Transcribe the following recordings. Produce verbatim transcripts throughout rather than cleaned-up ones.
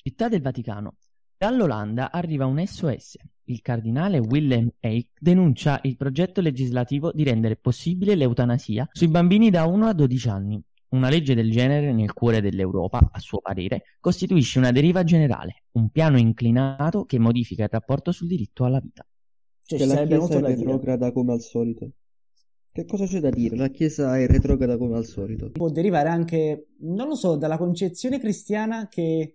Città del Vaticano. Dall'Olanda arriva un S O S. Il cardinale Willem Eyck denuncia il progetto legislativo di rendere possibile l'eutanasia sui bambini da uno a dodici anni. Una legge del genere nel cuore dell'Europa, a suo parere, costituisce una deriva generale, un piano inclinato che modifica il rapporto sul diritto alla vita. Cioè, Che ci la sarebbe Chiesa molto è da dire. retrograda come al solito. Che cosa c'è da dire? La Chiesa è retrograda come al solito. Può derivare anche, non lo so, dalla concezione cristiana che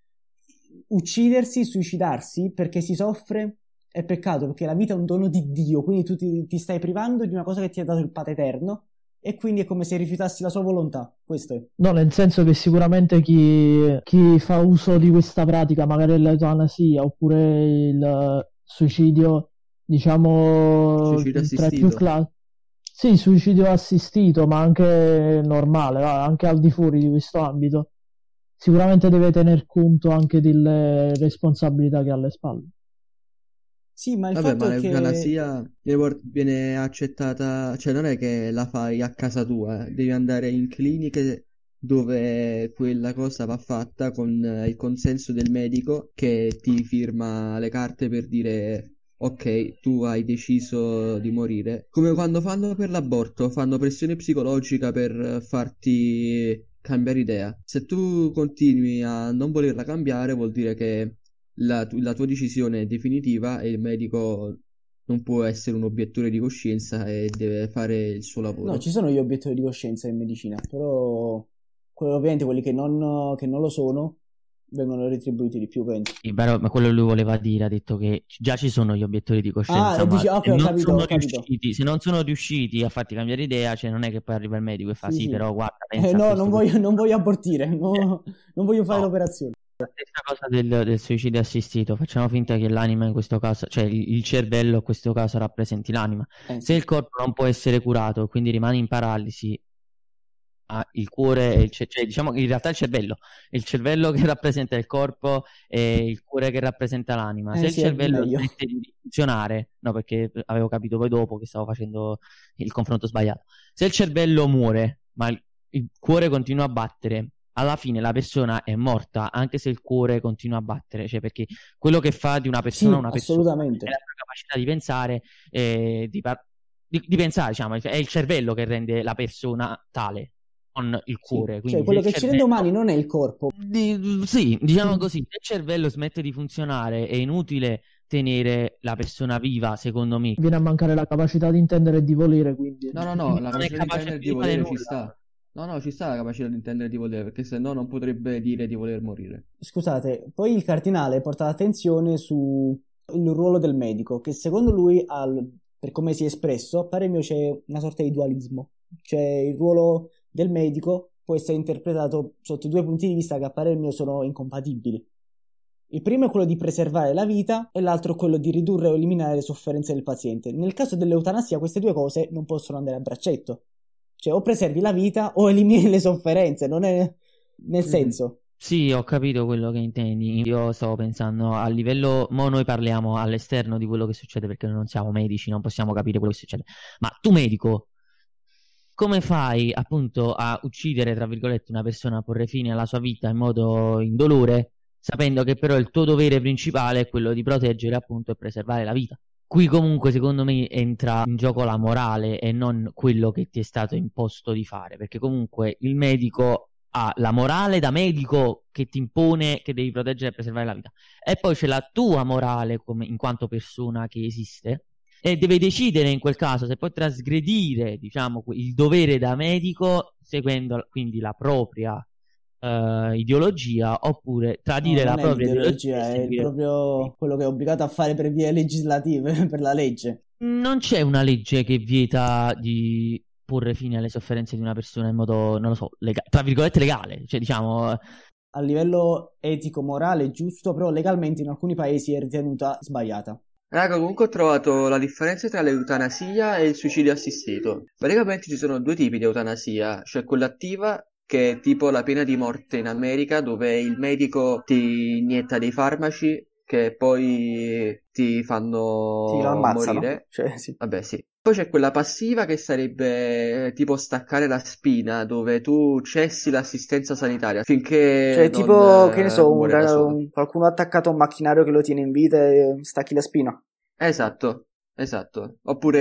uccidersi, suicidarsi perché si soffre è peccato, perché la vita è un dono di Dio, quindi tu ti, ti stai privando di una cosa che ti ha dato il Padre Eterno e quindi è come se rifiutassi la sua volontà. Questo è. No, nel senso che sicuramente chi, chi fa uso di questa pratica, magari l'eutanasia oppure il suicidio, diciamo, Suicidio tra i più assistito. cla- sì, suicidio assistito, ma anche normale, va, anche al di fuori di questo ambito, sicuramente deve tener conto anche delle responsabilità che ha alle spalle. Sì, ma il Vabbè, fatto ma è che... l'eutanasia viene por- viene accettata, cioè non è che la fai a casa tua, eh. Devi andare in cliniche dove quella cosa va fatta con eh, il consenso del medico che ti firma le carte per dire ok, tu hai deciso di morire. Come quando fanno per l'aborto, fanno pressione psicologica per farti cambiare idea. Se tu continui a non volerla cambiare, vuol dire che la, tu- la tua decisione è definitiva e il medico non può essere un obiettore di coscienza e deve fare il suo lavoro. No, ci sono gli obiettivi di coscienza in medicina, però que- ovviamente quelli che non, che non lo sono vengono retribuiti di più, penso. Sì, però, ma quello lui voleva dire, ha detto che già ci sono gli obiettori di coscienza, Ah, ma dici, ok, se ho non capito, sono ho capito. riusciti, se non sono riusciti a farti cambiare idea, cioè non è che poi arriva il medico e fa Sì, sì, sì. però guarda, Eh, pensa a no, questo, non questo. voglio, non voglio abortire, no, non voglio fare No. l'operazione. La stessa cosa del, del suicidio assistito, facciamo finta che l'anima in questo caso, cioè il, il cervello in questo caso rappresenti l'anima. Eh, Se il corpo non può essere curato, quindi rimane in paralisi, ha il cuore, e il ce- cioè diciamo che in realtà il cervello, è il cervello che rappresenta il corpo e il cuore che rappresenta l'anima. Eh, Se il sì, è cervello meglio. smette di funzionare, no, perché avevo capito poi dopo che stavo facendo il confronto sbagliato. Se il cervello muore, ma il, il cuore continua a battere, alla fine la persona è morta, anche se il cuore continua a battere, cioè perché quello che fa di una persona Sì, una persona assolutamente. è la sua capacità di pensare, eh, di, par- di- di pensare, diciamo, è il cervello che rende la persona tale, non il Sì, cuore. cioè Quindi se quello il che ci rende cervello... umani non è il corpo. Di- sì, diciamo così, se il cervello smette di funzionare è inutile tenere la persona viva, secondo me. Viene a mancare la capacità di intendere e di volere, quindi No, no, no, la Non è capacità di capace intendere e di di fare volere ci nulla. sta. No, no, ci sta la capacità di intendere e di volere, perché se no non potrebbe dire di voler morire. Scusate, poi il cardinale porta l'attenzione sul ruolo del medico, che secondo lui, al- per come si è espresso, a parer mio c'è una sorta di dualismo. Cioè il ruolo del medico può essere interpretato sotto due punti di vista che a parer mio sono incompatibili. Il primo è quello di preservare la vita e l'altro è quello di ridurre o eliminare le sofferenze del paziente. Nel caso dell'eutanasia queste due cose non possono andare a braccetto. Cioè o preservi la vita o elimini le sofferenze, non è nel Mhm. senso. Sì, ho capito quello che intendi. Io stavo pensando a livello, mo noi parliamo all'esterno di quello che succede perché noi non siamo medici, non possiamo capire quello che succede. Ma tu medico, come fai appunto a uccidere, tra virgolette, una persona, a porre fine alla sua vita in modo indolore, sapendo che però il tuo dovere principale è quello di proteggere appunto e preservare la vita? Qui comunque secondo me entra in gioco la morale e non quello che ti è stato imposto di fare, perché comunque il medico ha la morale da medico che ti impone che devi proteggere e preservare la vita, e poi c'è la tua morale come in quanto persona che esiste e deve decidere in quel caso se può trasgredire, diciamo, il dovere da medico seguendo quindi la propria eh, ideologia, oppure tradire No, la non è propria l'ideologia, ideologia e è seguire... proprio quello che è obbligato a fare per vie legislative, per la legge. Non c'è una legge che vieta di porre fine alle sofferenze di una persona in modo, non lo so, lega- tra virgolette legale, cioè diciamo... A livello etico-morale giusto, però legalmente in alcuni paesi è ritenuta sbagliata. Raga, comunque ho trovato la differenza tra l'eutanasia e il suicidio assistito. Praticamente ci sono due tipi di eutanasia, cioè quella attiva, che è tipo la pena di morte in America, dove il medico ti inietta dei farmaci che poi ti fanno Sì, lo ammazzano. morire. Cioè, sì. Vabbè, sì. Poi c'è quella passiva che sarebbe eh, tipo staccare la spina, dove tu cessi l'assistenza sanitaria finché Cioè, non tipo, che ne eh, so, un, muore da solo. un- qualcuno ha attaccato a un macchinario che lo tiene in vita e stacchi la spina. Esatto, esatto.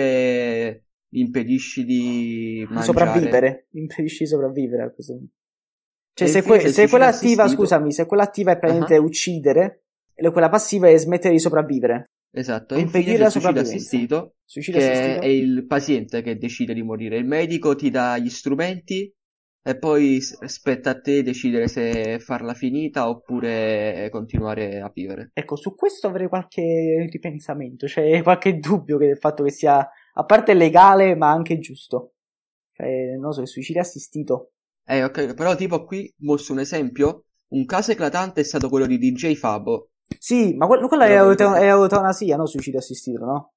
Oppure impedisci di Di mangiare. sopravvivere. Impedisci di sopravvivere a questo punto. Cioè, E se, infine que- c'è il se quella suicidio attiva, assistito. scusami, se quella attiva è praticamente Ah, uccidere, e quella passiva è smettere di sopravvivere. esatto. O E infine impedire c'è la il suicidio sopravvivenza. assistito, Suicidio che assistito? è il paziente che decide di morire. Il medico ti dà gli strumenti e poi s- spetta a te decidere se farla finita oppure continuare a vivere. Ecco, su questo avrei qualche ripensamento, cioè qualche dubbio che del fatto che sia, a parte legale, ma anche giusto. Cioè, non so, il suicidio assistito. Eh, ok, però tipo qui mostro un esempio. Un caso eclatante è stato quello di D J Fabo. Sì, ma que- quella è, Però euta- comunque- è eutanasia, no? Suicidio assistito, no?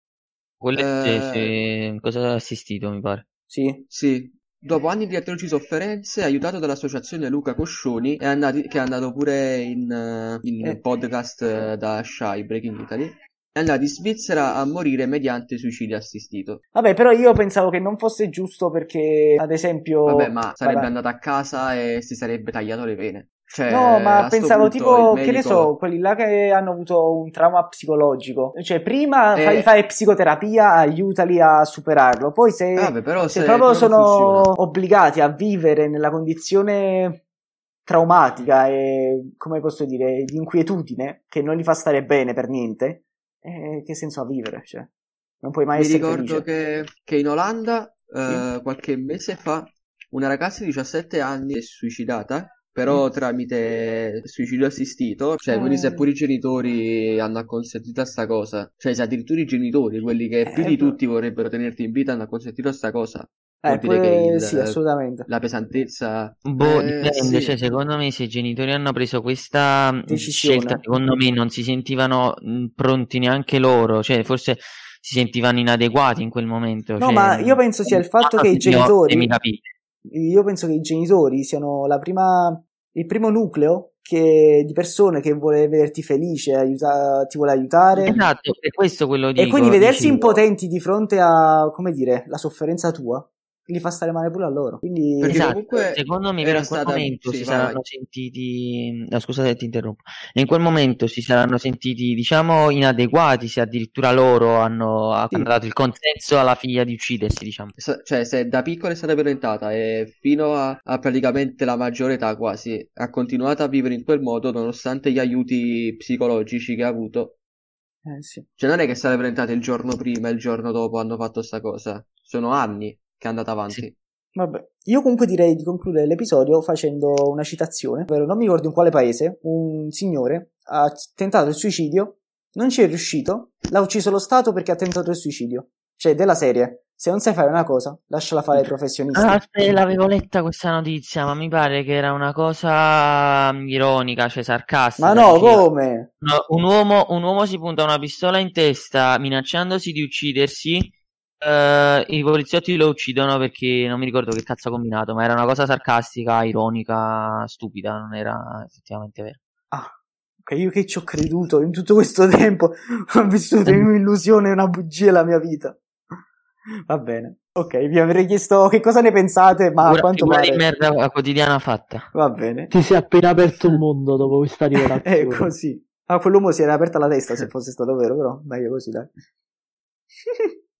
Quello è Eh, sì, sì, cosa assistito, mi pare. Sì. Sì, dopo anni di atroci sofferenze, aiutato dall'associazione Luca Coscioni, è andati- che è andato pure in, eh, in Eh. podcast eh, da Shy, Breaking Italy, è andato in Svizzera a morire mediante suicidio assistito. Vabbè, però io pensavo che non fosse giusto perché, ad esempio... Vabbè, ma sarebbe Vabbè. andato a casa e si sarebbe tagliato le vene. Cioè, No, ma a sto pensavo punto tipo, il che ne medico- so, quelli là che hanno avuto un trauma psicologico. Cioè, prima Eh. fai fare psicoterapia, aiutali a superarlo. Poi se, Eh, vabbè, però se se proprio però non sono funziona. obbligati a vivere nella condizione traumatica e, come posso dire, di inquietudine, che non li fa stare bene per niente, eh, che senso ha vivere? Cioè, non puoi mai Mi essere ricordo felice. che, che in Olanda, eh, Sì. qualche mese fa, una ragazza di diciassette anni si è suicidata, però Mm. tramite suicidio assistito, cioè Eh. quindi se pure i genitori hanno acconsentito a sta cosa, cioè se addirittura i genitori, quelli che più Eh, di beh. tutti vorrebbero tenerti in vita, hanno acconsentito a sta cosa, Eh, vuol dire pure- che il- sì, assolutamente. la pesantezza... Boh, eh, dipende, sì. cioè secondo me se i genitori hanno preso questa mh, Decisione. scelta, secondo me non si sentivano mh, pronti neanche loro, cioè forse si sentivano inadeguati in quel momento. No, cioè, ma io mh, penso sia il fatto non che i so se mi- genitori- se mi capite. Io penso che i genitori siano la prima, il primo nucleo che, di persone che vuole vederti felice, aiuta, ti vuole aiutare. Esatto, per questo quello dico. E quindi vedersi dicevo. impotenti di fronte a, come dire, la sofferenza tua, li fa stare male pure a loro. Quindi, Perché Esatto, comunque secondo me era però in quel stata- momento sì, si vai, saranno vai. sentiti, no, scusate ti interrompo, in quel momento si saranno sentiti diciamo inadeguati se addirittura loro hanno, Sì. hanno dato il consenso alla figlia di uccidersi, diciamo. Sa- Cioè, se da piccola è stata violentata e fino a, a praticamente la maggiore età quasi ha continuato a vivere in quel modo nonostante gli aiuti psicologici che ha avuto. eh, sì. Cioè, non è che è stata violentata il giorno prima e il giorno dopo hanno fatto sta cosa. Sono anni che è andata avanti. Sì. Vabbè, io comunque direi di concludere l'episodio facendo una citazione, ovvero non mi ricordo in quale paese, un signore ha tentato il suicidio, non ci è riuscito, l'ha ucciso lo Stato perché ha tentato il suicidio. Cioè, della serie, se non sai fare una cosa, lasciala fare ai professionisti. Ah, aspetta, l'avevo letta questa notizia, ma mi pare che era una cosa mm, ironica, cioè sarcastica. Ma no, diceva, come? no, un uomo, un uomo si punta una pistola in testa minacciandosi di uccidersi. eh, i poliziotti lo uccidono perché non mi ricordo che cazzo ha combinato, ma era una cosa sarcastica, ironica, stupida, non era effettivamente vero. Ah, ok, io che ci ho creduto in tutto questo tempo, ho vissuto in un'illusione e una bugia la mia vita. Va bene. Ok, vi avrei chiesto che cosa ne pensate, ma a Figura- quanto figura pare... di merda quotidiana fatta. Va bene. Ti si è appena aperto un mondo dopo questa rivelazione. È così. Ah, quell'uomo si era aperta la testa se fosse stato vero, però meglio così, dai.